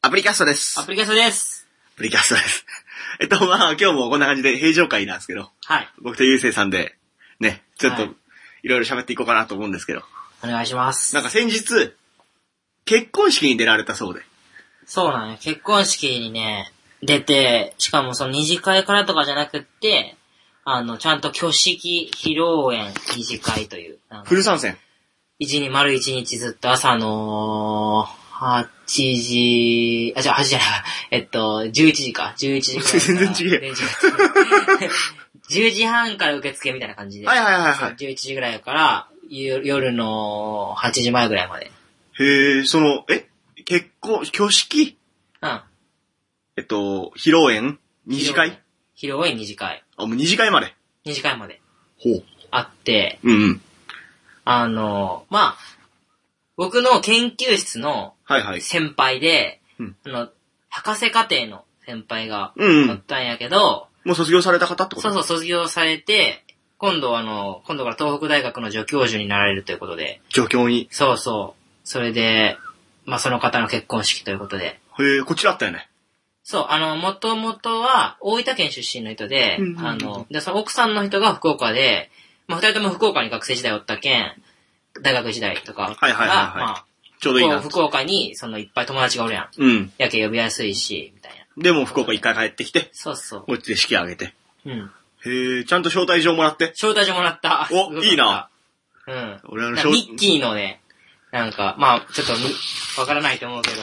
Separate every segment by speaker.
Speaker 1: アプリキャストです。
Speaker 2: アプリキャストです。
Speaker 1: アプリキャストです。まあ、今日もこんな感じで平常会なんですけど。
Speaker 2: はい。
Speaker 1: 僕とゆうせいさんで、ね、ちょっと、いろいろ喋っていこうかなと思うんですけど。
Speaker 2: お願いします。
Speaker 1: なんか先日、結婚式に出られたそうで。
Speaker 2: そうなのよ。結婚式にね、出て、しかもその二次会からとかじゃなくって、ちゃんと挙式披露宴二次会という。
Speaker 1: フル参戦。
Speaker 2: 丸一日ずっと朝の、8時、8時じゃない、11時か。11時くらい。
Speaker 1: 全然違え。
Speaker 2: 10時半から受付みたいな感じで。
Speaker 1: はい。
Speaker 2: 11時ぐらいから、夜の8時前ぐらいまで。
Speaker 1: へえ、結婚、挙式？
Speaker 2: うん。
Speaker 1: 披露宴？二次会？
Speaker 2: 披露宴二次会。
Speaker 1: あ、もう二次会まで。
Speaker 2: 二次会まで。
Speaker 1: ほう。
Speaker 2: あって、
Speaker 1: うんうん。
Speaker 2: まあ、僕の研究室の先輩で、博士課程の先輩がおったんやけど、
Speaker 1: もう卒業された方ってこと？
Speaker 2: そう、卒業されて、今度から東北大学の助教授になられるということで。
Speaker 1: 助教に？
Speaker 2: そう。それで、まあその方の結婚式ということで。
Speaker 1: へえ、こっちだったよね。
Speaker 2: そう、もともとは大分県出身の人で、で、その奥さんの人が福岡で、まあ二人とも福岡に学生時代おったけん、大学時代とか
Speaker 1: はい。
Speaker 2: まあ、
Speaker 1: ちょうどいいな。
Speaker 2: 福岡に、いっぱい友達がおるやん。
Speaker 1: うん。
Speaker 2: やけ呼びやすいし、みたいな。
Speaker 1: でも福岡一回帰ってきて。
Speaker 2: そう。
Speaker 1: こっちで式挙げて。
Speaker 2: うん。
Speaker 1: へえ、ちゃんと招待状もらって。
Speaker 2: 招待状もらった。
Speaker 1: お、いいな。
Speaker 2: うん。
Speaker 1: 俺
Speaker 2: ミッキーのね、なんか、まあ、ちょっとわからないと思うけど。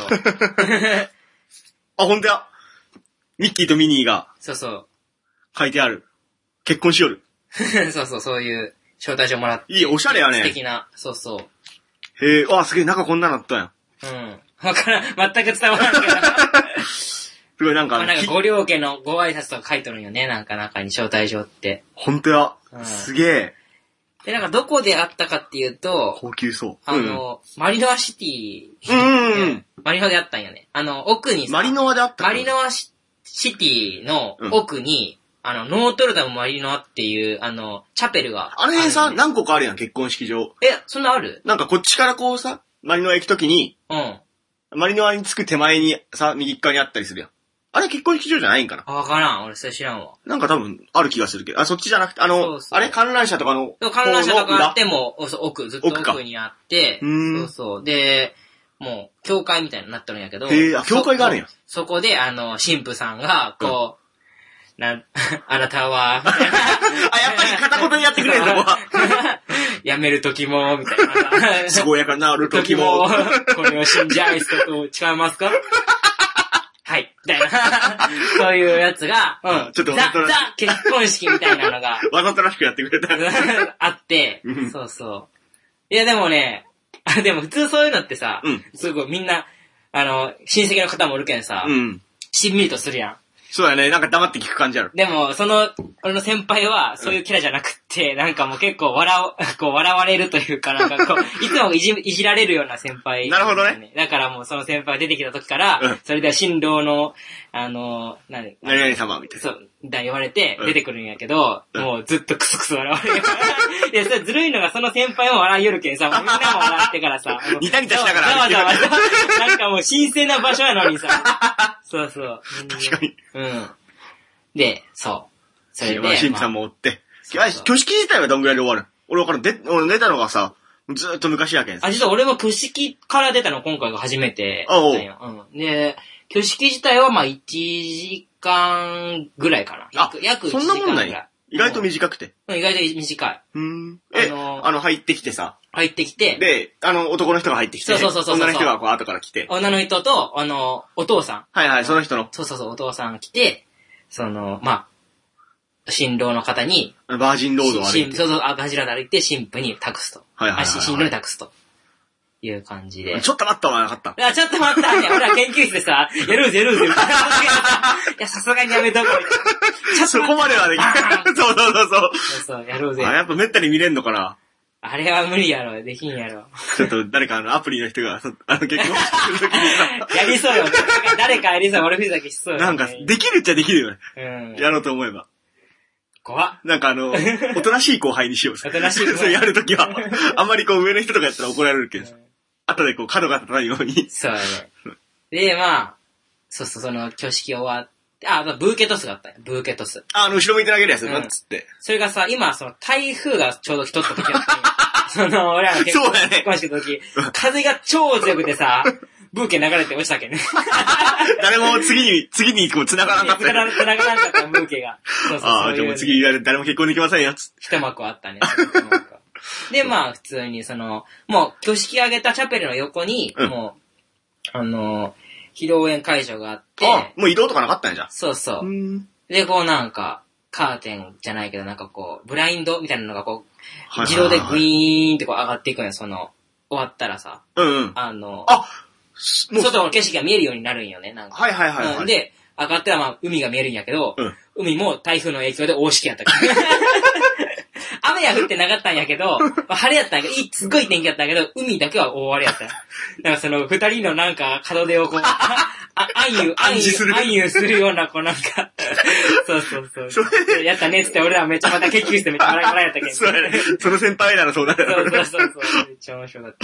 Speaker 1: あ、ほんとや。ミッキーとミニーが。
Speaker 2: そう。
Speaker 1: 書いてある。結婚しよる。
Speaker 2: そういう招待状もらって。
Speaker 1: いい、おしゃれやね。
Speaker 2: 素敵な、そう。
Speaker 1: へえ、あ、すげえ、中こんなのあったんや。
Speaker 2: うん。わからん、全く伝わらんけど。
Speaker 1: すごいなんか、
Speaker 2: ご両家のご挨拶とか書いとるんよね、なんか中に招待状って。
Speaker 1: ほんとや。すげえ。
Speaker 2: で、なんかどこであったかっていうと、
Speaker 1: 高級そう。
Speaker 2: マリノアシティ。マリノアであったんよね。奥にさ、
Speaker 1: マリノアであった
Speaker 2: マリノアシティの奥に、ノートルダムマリノアっていう、チャペルが。
Speaker 1: あれさ、何個かあるやん、結婚式場。
Speaker 2: そんなある？
Speaker 1: なんかこっちからこうさ、マリノア行くときに、マリノアに着く手前にさ、右側にあったりするやん。あれ結婚式場じゃないんかな？
Speaker 2: わからん。俺それ知らんわ。
Speaker 1: なんか多分、ある気がするけど。そっちじゃなくて、あれ観覧車とかの。
Speaker 2: 観覧車とかあっても、ずっと奥にあって、そう。で、もう、教会みたいになってるんやけど。
Speaker 1: 教会があるんや。
Speaker 2: そこで、神父さんが、こう、あなたは、みたいな。
Speaker 1: やっぱり片言でやってくれるのは。
Speaker 2: やめるときも、みたいな。
Speaker 1: 健やかなるときも。
Speaker 2: これを信じ合いすこと誓いますか？はい。みたいな。そういうやつが、
Speaker 1: ちょっと
Speaker 2: ザ結婚式みたいなのが。
Speaker 1: わざとらしくやってくれた。
Speaker 2: あって、そう。いやでもね、でも普通そういうのってさ、すごいみんな、親戚の方もおるけんさ、しんみりとするやん。
Speaker 1: そうだね、なんか黙って聞く感じある。
Speaker 2: でも、俺の先輩は、そういうキャラじゃなくって、なんかもう結構笑われるというか、なんかこう、いつもいじられるような先輩、
Speaker 1: なるほどね。
Speaker 2: だからもうその先輩が出てきた時から、それでは新郎の、
Speaker 1: 何々様みたいな。
Speaker 2: そう、言われて出てくるんやけど、もうずっとクスクス笑われる。いや、それずるいのがその先輩も笑いよるけんさ、もうみんなも笑ってからさ、
Speaker 1: ニタニタしながら。
Speaker 2: なんかもう神聖な場所やのにさ、そう。
Speaker 1: 確かに。
Speaker 2: で、そう。それで。
Speaker 1: 神父さんもおって。挙式自体はどんぐらいで終わる？俺わからん。俺出たのがさ、ずーっと昔やけんさ。
Speaker 2: 実は俺も挙式から出たの今回が初めてだったんよ。で、挙式自体はまあ1時間ぐらいかな。約1時間ぐらい。そんなもんない？
Speaker 1: 意外と短くて。
Speaker 2: 意外と短い。
Speaker 1: 入ってきてさ。
Speaker 2: 入ってきて。
Speaker 1: で、男の人が入ってきて。
Speaker 2: そう。
Speaker 1: 女の人がこう後から来て。
Speaker 2: 女の人と、お父さん。
Speaker 1: はい、その人の。
Speaker 2: そう、お父さん来て、新郎の方に、
Speaker 1: バージンロードを歩いて。
Speaker 2: バージンロード歩いて、新婦に託すと。新郎に託すと。いう感じで。
Speaker 1: ちょっと待ったわ、なかった。
Speaker 2: ちょっと待ったね。俺は研究室でさ、やるぜ。いや、さすがにやめとこう。
Speaker 1: そこまではできない。
Speaker 2: そう、やろうぜ。
Speaker 1: やっぱめったに見れんのかな。
Speaker 2: あれは無理やろ、できんやろ。
Speaker 1: ちょっと誰かアプリの人が、結婚してる時に
Speaker 2: さ。やりそうよ。誰かやりそう、俺藤崎しそうよ。
Speaker 1: なんか、できるっちゃできるよね。やろうと思えば。
Speaker 2: 怖っ。
Speaker 1: なんかおとなしい後輩にしよう。
Speaker 2: おとなしい後輩。
Speaker 1: そうやるときは、あんまりこう上の人とかやったら怒られるけど、後でこう角が立たないように。
Speaker 2: そうだね。で、まあ、 そうそう、その挙式終わって、ブーケトスがあったよ。ブーケトス。
Speaker 1: 後ろ向いて投げるやつ、なんつって。
Speaker 2: それがさ、今、その台風がちょうど来とった時だった俺らの結婚式の時、風が超強くてさ、ブーケ流れて落ちたけね。
Speaker 1: 誰も次にこう繋がらなかった。
Speaker 2: 繋がらなかったブーケが。
Speaker 1: そうそう。じゃあもう次誰も結婚できませんよ、つって。
Speaker 2: 一幕あったね。で、まあ、普通にもう、挙式挙げたチャペルの横に、もう、披露宴会場があって。
Speaker 1: もう移動とかなかったんじゃん。
Speaker 2: そうそう。で、こうなんか、カーテンじゃないけど、なんかこう、ブラインドみたいなのがこう、自動でグイーンってこう上がっていくのよ、終わったらさ。外の景色が見えるようになるんよね、なんか。
Speaker 1: はい。
Speaker 2: で、上がったらまあ、海が見えるんやけど、海も台風の影響で大しけやったから。雨は降ってなかったんやけど、晴れやったんやけど、すっごい天気やったんやけど、海だけは大荒れやった。なんか二人のなんか、門出をこう、暗喩するような、こうなんか、そう。やったねっつって、俺らめっちゃまた結局してめっちゃ笑いやったけど。
Speaker 1: その先輩ならそうだよ。
Speaker 2: そう。めっちゃ面白かった。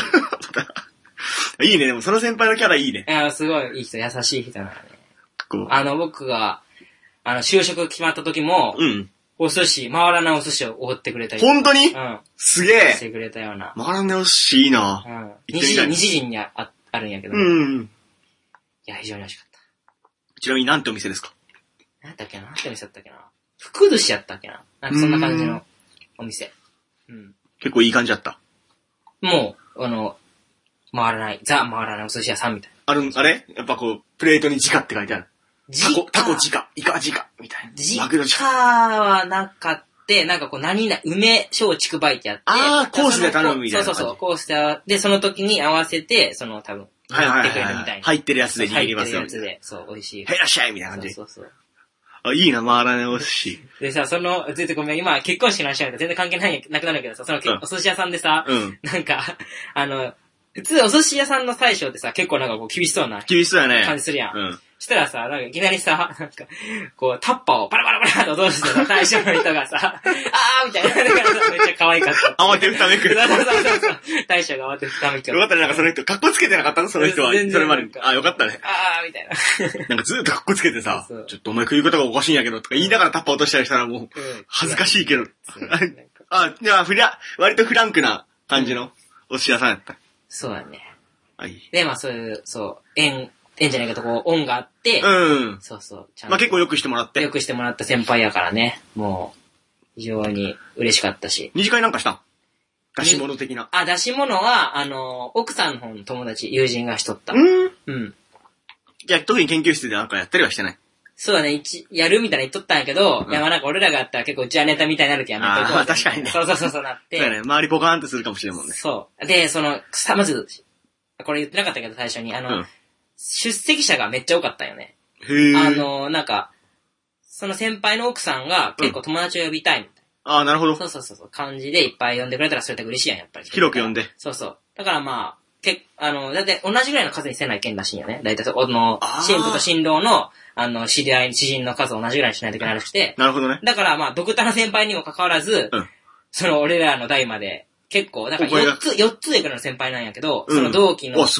Speaker 1: いいね、でもその先輩のキャラいいね。
Speaker 2: すごいいい人、優しい人なのね。僕が、就職決まった時も、お寿司、回らないお寿司をおごってくれたり。
Speaker 1: 本当にすげえ
Speaker 2: してくれたような。
Speaker 1: 回らないお寿司いいな
Speaker 2: 西陣にあるんやけど。いや、非常に美味しかった。
Speaker 1: ちなみになんてお店ですか？
Speaker 2: なんてお店だったっけな。福寿司やったっけな。なんかそんな感じのお店。
Speaker 1: 結構いい感じだった。
Speaker 2: もう、回らないお寿司屋さんみたい
Speaker 1: な。あれやっぱこう、プレートに直って書いてある。タコ直、イカ直、みたいな。マグロ直。
Speaker 2: はなかって、なんかこう梅小竹梅ってやって。
Speaker 1: コースで頼むみたいな。
Speaker 2: そう、コースで、その時に合わせて、多分、入ってくれるみたいな。
Speaker 1: 入ってるやつで握りますよ。
Speaker 2: 入ってるやつで、そう、美味しい。
Speaker 1: はいらっしゃいみたいな感じ。
Speaker 2: そう。
Speaker 1: いいな、回らないお寿司。
Speaker 2: でさ、全然ごめん、今、結婚式の話なんか全然関係なくなるけどさ、お寿司屋さんでさ、なんか、普通お寿司屋さんの大将ってさ、結構なんかこう厳しそうな。
Speaker 1: 厳しそうやね。
Speaker 2: 感じするやん。したらさ、なんかいきなりさ、なんか、こう、タッパーをパラパラパラと落としてさ、大将の人がさ、みたいな。だからさ、めっちゃ可愛かった。
Speaker 1: 慌てふためく。
Speaker 2: そう。大将が慌てふためく。
Speaker 1: よかったね、なんかその人、格好つけてなかったのその人は。それまで。よかったね。
Speaker 2: みたいな。
Speaker 1: なんかずっと格好つけてさ、ちょっとお前食い方がおかしいんやけど、とか言いながらタッパー落としたりしたらもう、恥ずかしいけど。じゃあ、割とフランクな感じのお寿司屋さんやった。
Speaker 2: そうだね。
Speaker 1: はい。
Speaker 2: で、まあそういう、縁じゃないかとこう、恩があって、そう。
Speaker 1: ちゃんと。まあ結構よくしてもらって。
Speaker 2: よくしてもらった先輩やからね。もう、非常に嬉しかったし。
Speaker 1: 二次会なんかしたん？出し物的な。
Speaker 2: 出し物は、奥さんの方の友達、友人がしとった。
Speaker 1: じゃあ特に研究室でなんかやったりはしてない？
Speaker 2: そうだね、やるみたいな言っとったんやけど、いやまあなんか俺らがやったら結構うちはネタみたいになるけどやめとこう。
Speaker 1: 確かにね。
Speaker 2: そうなって。そう
Speaker 1: だね、周りポカーンとするかもしれんもんね。
Speaker 2: そう。で、まず、これ言ってなかったけど最初に、出席者がめっちゃ多かったよね。なんか、その先輩の奥さんが結構友達を呼びたいみたい
Speaker 1: な。なるほど。
Speaker 2: そう。感じでいっぱい呼んでくれたらそれだけ嬉しいやん、やっぱり。
Speaker 1: 広く呼んで。
Speaker 2: そう。だからまあ、だいたい同じぐらいの数にせないけんらしいよね。だいたい新婦と新郎の、知人の数を同じぐらいにしないといけないらしくて。
Speaker 1: なるほどね。
Speaker 2: だからまあ、ドクターの先輩にも関わらず、俺らの代まで、結構、だから4つ上からの先輩なんやけど、その同期から、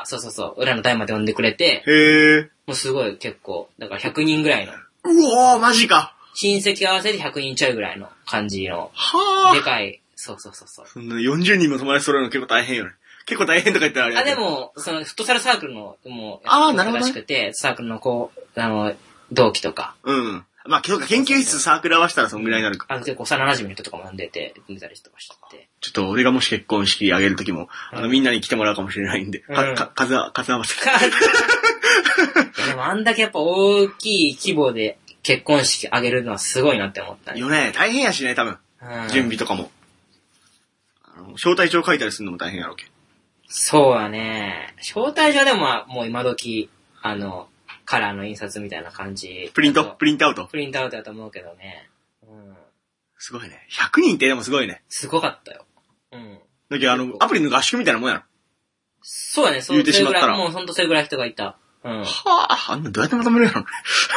Speaker 2: 俺らの代まで呼んでくれて、もうすごい結構、だから100人ぐらいの。
Speaker 1: うわー、マジか。
Speaker 2: 親戚合わせて100人ちょいぐらいの感じの、でかい、そう。
Speaker 1: そんな40人も友達揃えるの結構大変よね。結構大変とか言ったらあれや
Speaker 2: でも、フットサルサークルの、
Speaker 1: なるほど。
Speaker 2: らしくて、サークルの同期とか。
Speaker 1: まあ、研究室サークル合わせたらそんぐらいになるか。
Speaker 2: 結構幼馴染の人とかも呼んでて、見たりとかしてて。
Speaker 1: ちょっと俺がもし結婚式あげるときも、みんなに来てもらうかもしれないんで、数合わせ。
Speaker 2: でもあんだけやっぱ大きい規模で結婚式あげるのはすごいなって思ったね。
Speaker 1: よね、大変やしね、多分。準備とかも。招待状書いたりするのも大変やろうけ。
Speaker 2: そうだね。招待状でももう今時、カラーの印刷みたいな感じ。
Speaker 1: プリントアウト
Speaker 2: プリントアウトだと思うけどね。
Speaker 1: すごいね。100人ってでもすごいね。
Speaker 2: すごかったよ。
Speaker 1: だけどアプリの合宿みたいなもんやろ。
Speaker 2: そうだね、
Speaker 1: 言うてしまったら。
Speaker 2: もうほんとそれぐらい人がいた。
Speaker 1: あんなどうやってまとめるやろ。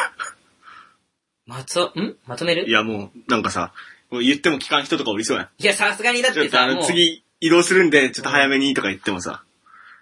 Speaker 2: まとめる？
Speaker 1: いやもう、なんかさ、言っても聞かん人とかおりそうやん。
Speaker 2: いや、さすがにだってさ、
Speaker 1: 次移動するんで、ちょっと早めにとか言ってもさ、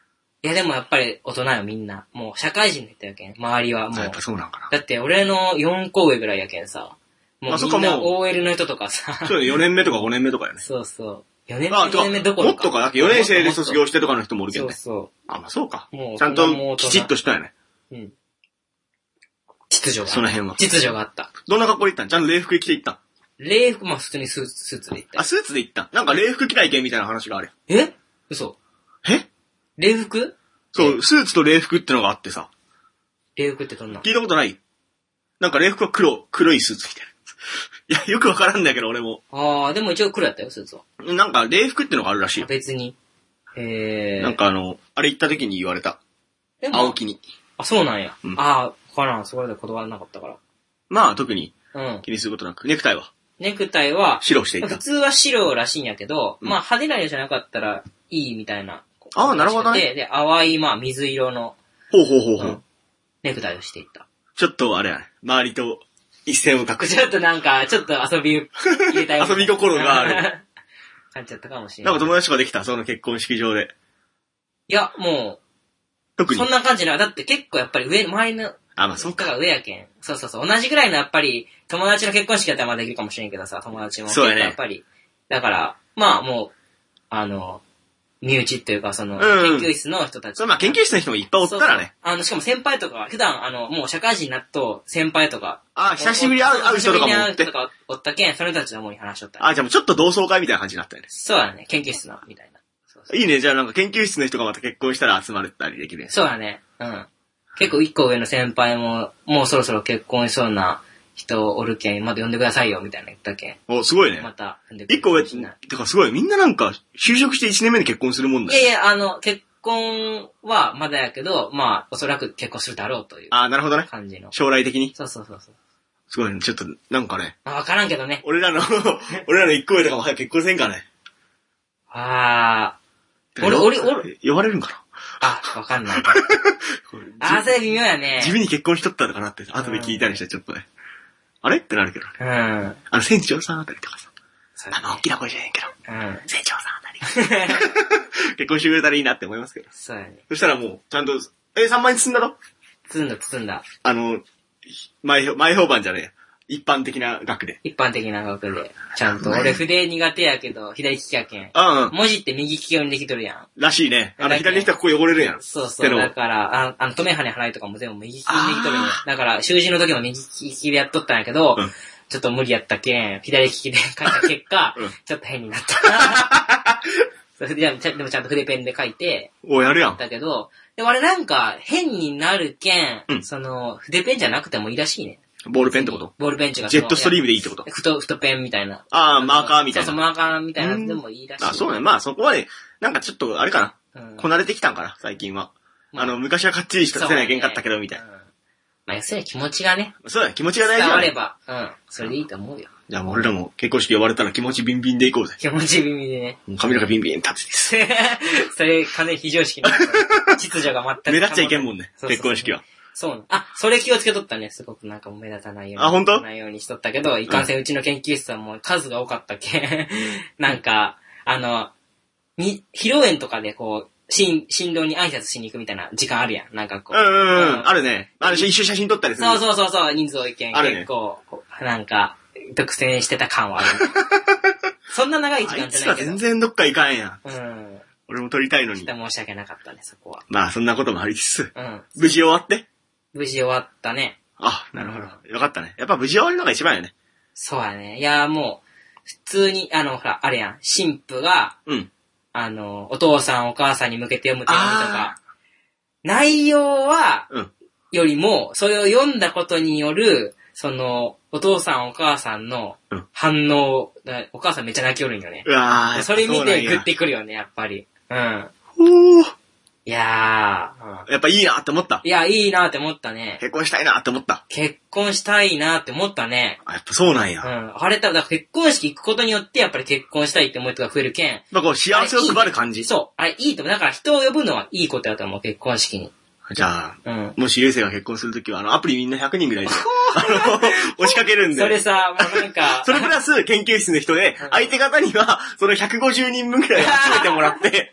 Speaker 2: いやでもやっぱり大人よみんな。もう社会人の人やけん。周りはもう。
Speaker 1: やっぱそうなんかな。
Speaker 2: だって俺の4個上ぐらいやけんさ。もうみんな OL の人とかさ。
Speaker 1: そう4年目とか5年目とかやね。
Speaker 2: そうそう。4年目、5年目どころか。
Speaker 1: もっとか、だって4年生で卒業してとかの人もおるけどね。
Speaker 2: そうそう。
Speaker 1: あ、まあそうか。
Speaker 2: もう
Speaker 1: ちゃんときちっとしたよね。
Speaker 2: うん。秩序が。
Speaker 1: その辺は。
Speaker 2: 秩序があった。
Speaker 1: どんな格好で行ったん？ちゃんと礼服着て行ったん？
Speaker 2: 礼服、まあ普通にスーツで行った。
Speaker 1: あ、スーツで行ったん？なんか礼服着ないけんみたいな話がある
Speaker 2: よ。え？嘘。
Speaker 1: え？
Speaker 2: 礼服？
Speaker 1: そう、スーツと礼服ってのがあってさ。
Speaker 2: 礼服ってどんな？
Speaker 1: 聞いたことない？なんか礼服は黒いスーツ着てる。いや、よくわからんだけど俺も。
Speaker 2: ああ、でも一応黒やったよ、スーツは。
Speaker 1: なんか礼服ってのがあるらしいよ。
Speaker 2: 別に。
Speaker 1: なんかあれ行った時に言われた。青木に。
Speaker 2: あ、そうなんや。
Speaker 1: うん、
Speaker 2: ああ、わからん。そこで断らなかったから。
Speaker 1: まあ特に気にすることなく。ネクタイは？
Speaker 2: ネクタイは
Speaker 1: 白していった。
Speaker 2: 普通は白らしいんやけど、まあ派手な色じゃなかったらいいみたいな。
Speaker 1: ああ、なるほどね。
Speaker 2: で、淡い、まあ水色の。
Speaker 1: ほう。
Speaker 2: ネクタイをしていった。
Speaker 1: ちょっとあれやね。周りと一線を画
Speaker 2: して。ちょっとなんか、ちょっと遊び入れたい。
Speaker 1: 遊び心がある。
Speaker 2: 感じちゃったかもしれない。
Speaker 1: なんか友達とかできた？その結婚式場で。
Speaker 2: いや、もう、特に。そんな感じな。だって結構やっぱり周りの、
Speaker 1: まあそうか。
Speaker 2: が上やけん。そう。同じぐらいのやっぱり、友達の結婚式だったらまだできるかもしれんけどさ、友達も。
Speaker 1: そうやね。
Speaker 2: やっぱり。だから、まあもう、身内っていうか、研究室の人たち。
Speaker 1: そう、まあ研究室の人もいっぱいおったらね。
Speaker 2: しかも先輩とか、普段、もう社会人になっと、先輩とか。
Speaker 1: 久しぶりに会う人とかもおって。久しぶりに会う人と
Speaker 2: かおったけん、それたちの方に話しとった。
Speaker 1: じゃあもうちょっと同窓会みたいな感じになったよね。
Speaker 2: そうだね、研究室の、みたいな。
Speaker 1: そういいね、じゃあなんか研究室の人がまた結婚したら集まれたりできる。
Speaker 2: そうだね、うん。結構一個上の先輩も、もうそろそろ結婚しそうな人おるけん、まだ呼んでくださいよ、みたいな言ったけん。
Speaker 1: お、すごいね。
Speaker 2: また呼んでく
Speaker 1: ださい。一個上てかすごい、みんななんか、就職して1年目で結婚するもんだよ。
Speaker 2: いや、結婚はまだやけど、まあ、おそらく結婚するだろうという。
Speaker 1: なるほどね。
Speaker 2: 感じの。
Speaker 1: 将来的に。
Speaker 2: そう。
Speaker 1: すごいね、ちょっと、なんかね。
Speaker 2: わからんけどね。
Speaker 1: 俺らの一個上とかも早く結婚せんかね。俺、呼ばれるんか
Speaker 2: な？わかんない。それ微妙やね。
Speaker 1: 地味に結婚しとったのかなって、後で聞いたりしたらちょっとね。あれってなるけどね。船長さんあたりとかさ。大きな声じゃねえけど。船長さんあたり。結婚してくれたらいいなって思いますけど。
Speaker 2: そうやね。
Speaker 1: そしたらもう、ちゃんと、3万円積んだろ？
Speaker 2: 積んだ。
Speaker 1: 前評判じゃねえ。一般的な額で。
Speaker 2: 一般的な額で。ちゃんと。俺筆苦手やけど、左利きやけん。文字って右利き用にできとるやん。
Speaker 1: らしいね。左の人はここ汚れるやん。
Speaker 2: そう。だから、止め跳ね払いとかも全部右利きにできとるんや。だから、習字の時も右利きでやっとったんやけど、ちょっと無理やったけん、左利きで書いた結果、ちょっと変になった。でもちゃんと筆ペンで書いて、
Speaker 1: やるやん。
Speaker 2: だけど、でもあれなんか、変になるけん、筆ペンじゃなくてもいいらしいね。
Speaker 1: ボールペンってこと？
Speaker 2: ボールペンチが。
Speaker 1: ジェットストリームでいいってこと？
Speaker 2: 太ペンみたいな。
Speaker 1: マーカーみたいな。
Speaker 2: そう、マーカーみたいなでもいいらしい。
Speaker 1: そうね。まあそこはね、なんかちょっと、あれかな。こなれてきたんかな、最近は。昔はかっちりしかせないけんかったけど、みたいな。
Speaker 2: まあ、要するに気持ちがね。
Speaker 1: そうだ、気持ちが大事だ。
Speaker 2: 伝われば、それでいいと思うよ。
Speaker 1: じゃあもう俺らも結婚式呼ばれたら気持ちビンビンで行こうぜ。
Speaker 2: 気持ちビンビンでね。
Speaker 1: 髪の毛ビンビン立つです。
Speaker 2: それ、完全に非常識な。秩序が全く。
Speaker 1: 目立っちゃいけんもんね、結婚式は。
Speaker 2: そう。それ気をつけとったね。すごくなんか目立たないように。
Speaker 1: 本当？
Speaker 2: ないようにしとったけど、いかんせんうちの研究室はもう数が多かったけん。なんか、披露宴とかでこう、新郎に挨拶しに行くみたいな時間あるやん。なんかこう。
Speaker 1: あるね。一緒に写真撮ったりする。
Speaker 2: そう。人数多いけん。結構、なんか、独占してた感はある。そんな長い時間じゃないけど。
Speaker 1: あいつは全然どっか行かんやん。俺も撮りたいのに。
Speaker 2: 申し訳なかったね、そこは。
Speaker 1: まあ、そんなこともありつつ。無事終わって？
Speaker 2: 無事終わったね。
Speaker 1: なるほど。よかったね。やっぱ無事終わるのが一番よね。
Speaker 2: そうやね。いや、もう、普通に、ほら、あれやん、新婦が、お父さんお母さんに向けて読む手紙とか、内容は、よりも、それを読んだことによる、お父さんお母さんの反応、お母さんめっちゃ泣きよるんよね。それ見てグッてくるよね、やっぱり。いや
Speaker 1: やっぱいいなって思った。
Speaker 2: いや、いいなって思ったね。
Speaker 1: 結婚したいなって思った。
Speaker 2: 結婚したいなって思ったね。
Speaker 1: やっぱそうなんや。
Speaker 2: あれだから結婚式行くことによってやっぱり結婚したいって思う人が増えるけん。
Speaker 1: こう幸せを配る感じ。
Speaker 2: そう。あれいいと思う。だから人を呼ぶのはいいことやと思う、結婚式に。
Speaker 1: じゃあ、もしゆうせいが結婚するときは、アプリみんな100人ぐらいで、押しかけるんで。
Speaker 2: それさ、もうなんか。
Speaker 1: それプラス研究室の人で、相手方には、その150人分ぐらい集めてもらって、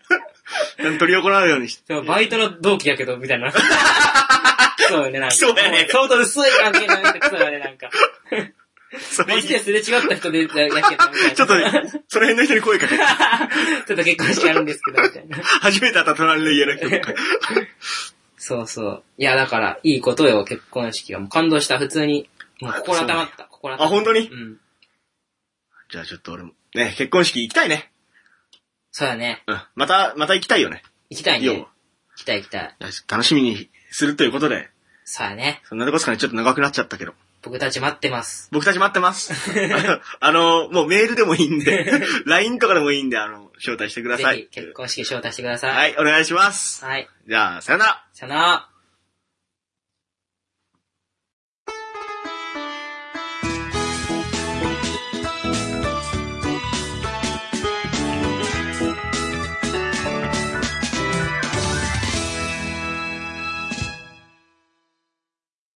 Speaker 1: 取り行うようにして。
Speaker 2: そう、バイトの同期だけど、みたいな。そうよね、なんか。
Speaker 1: そうやね。
Speaker 2: 相当薄い関係なんて、そうよね、なんか。マジですれ違った人で、だけど、みたいな。
Speaker 1: ちょっと、その辺の人に声かけて。
Speaker 2: ちょっと結婚式あるんですけど、みたいな。
Speaker 1: 初めて会った隣の家の人とか。
Speaker 2: そうそう。いや、だから、いいことよ、結婚式は。もう感動した、普通に。もう心温まった、心温まった。
Speaker 1: あ、本当に？
Speaker 2: うん。
Speaker 1: じゃあちょっと俺も、ね、結婚式行きたいね。
Speaker 2: そうだね。
Speaker 1: うん。また行きたいよね。
Speaker 2: 行きたいね。行きたい。
Speaker 1: 楽しみにするということで。
Speaker 2: そうだね。
Speaker 1: そんなとこですかね、ちょっと長くなっちゃったけど。
Speaker 2: 僕たち待ってます。
Speaker 1: もうメールでもいいんで、LINE とかでもいいんで、招待してください。
Speaker 2: ぜひ、結婚式招待してください。
Speaker 1: はい、お願いします。
Speaker 2: はい。
Speaker 1: じゃあ、さよなら。
Speaker 2: さよなら。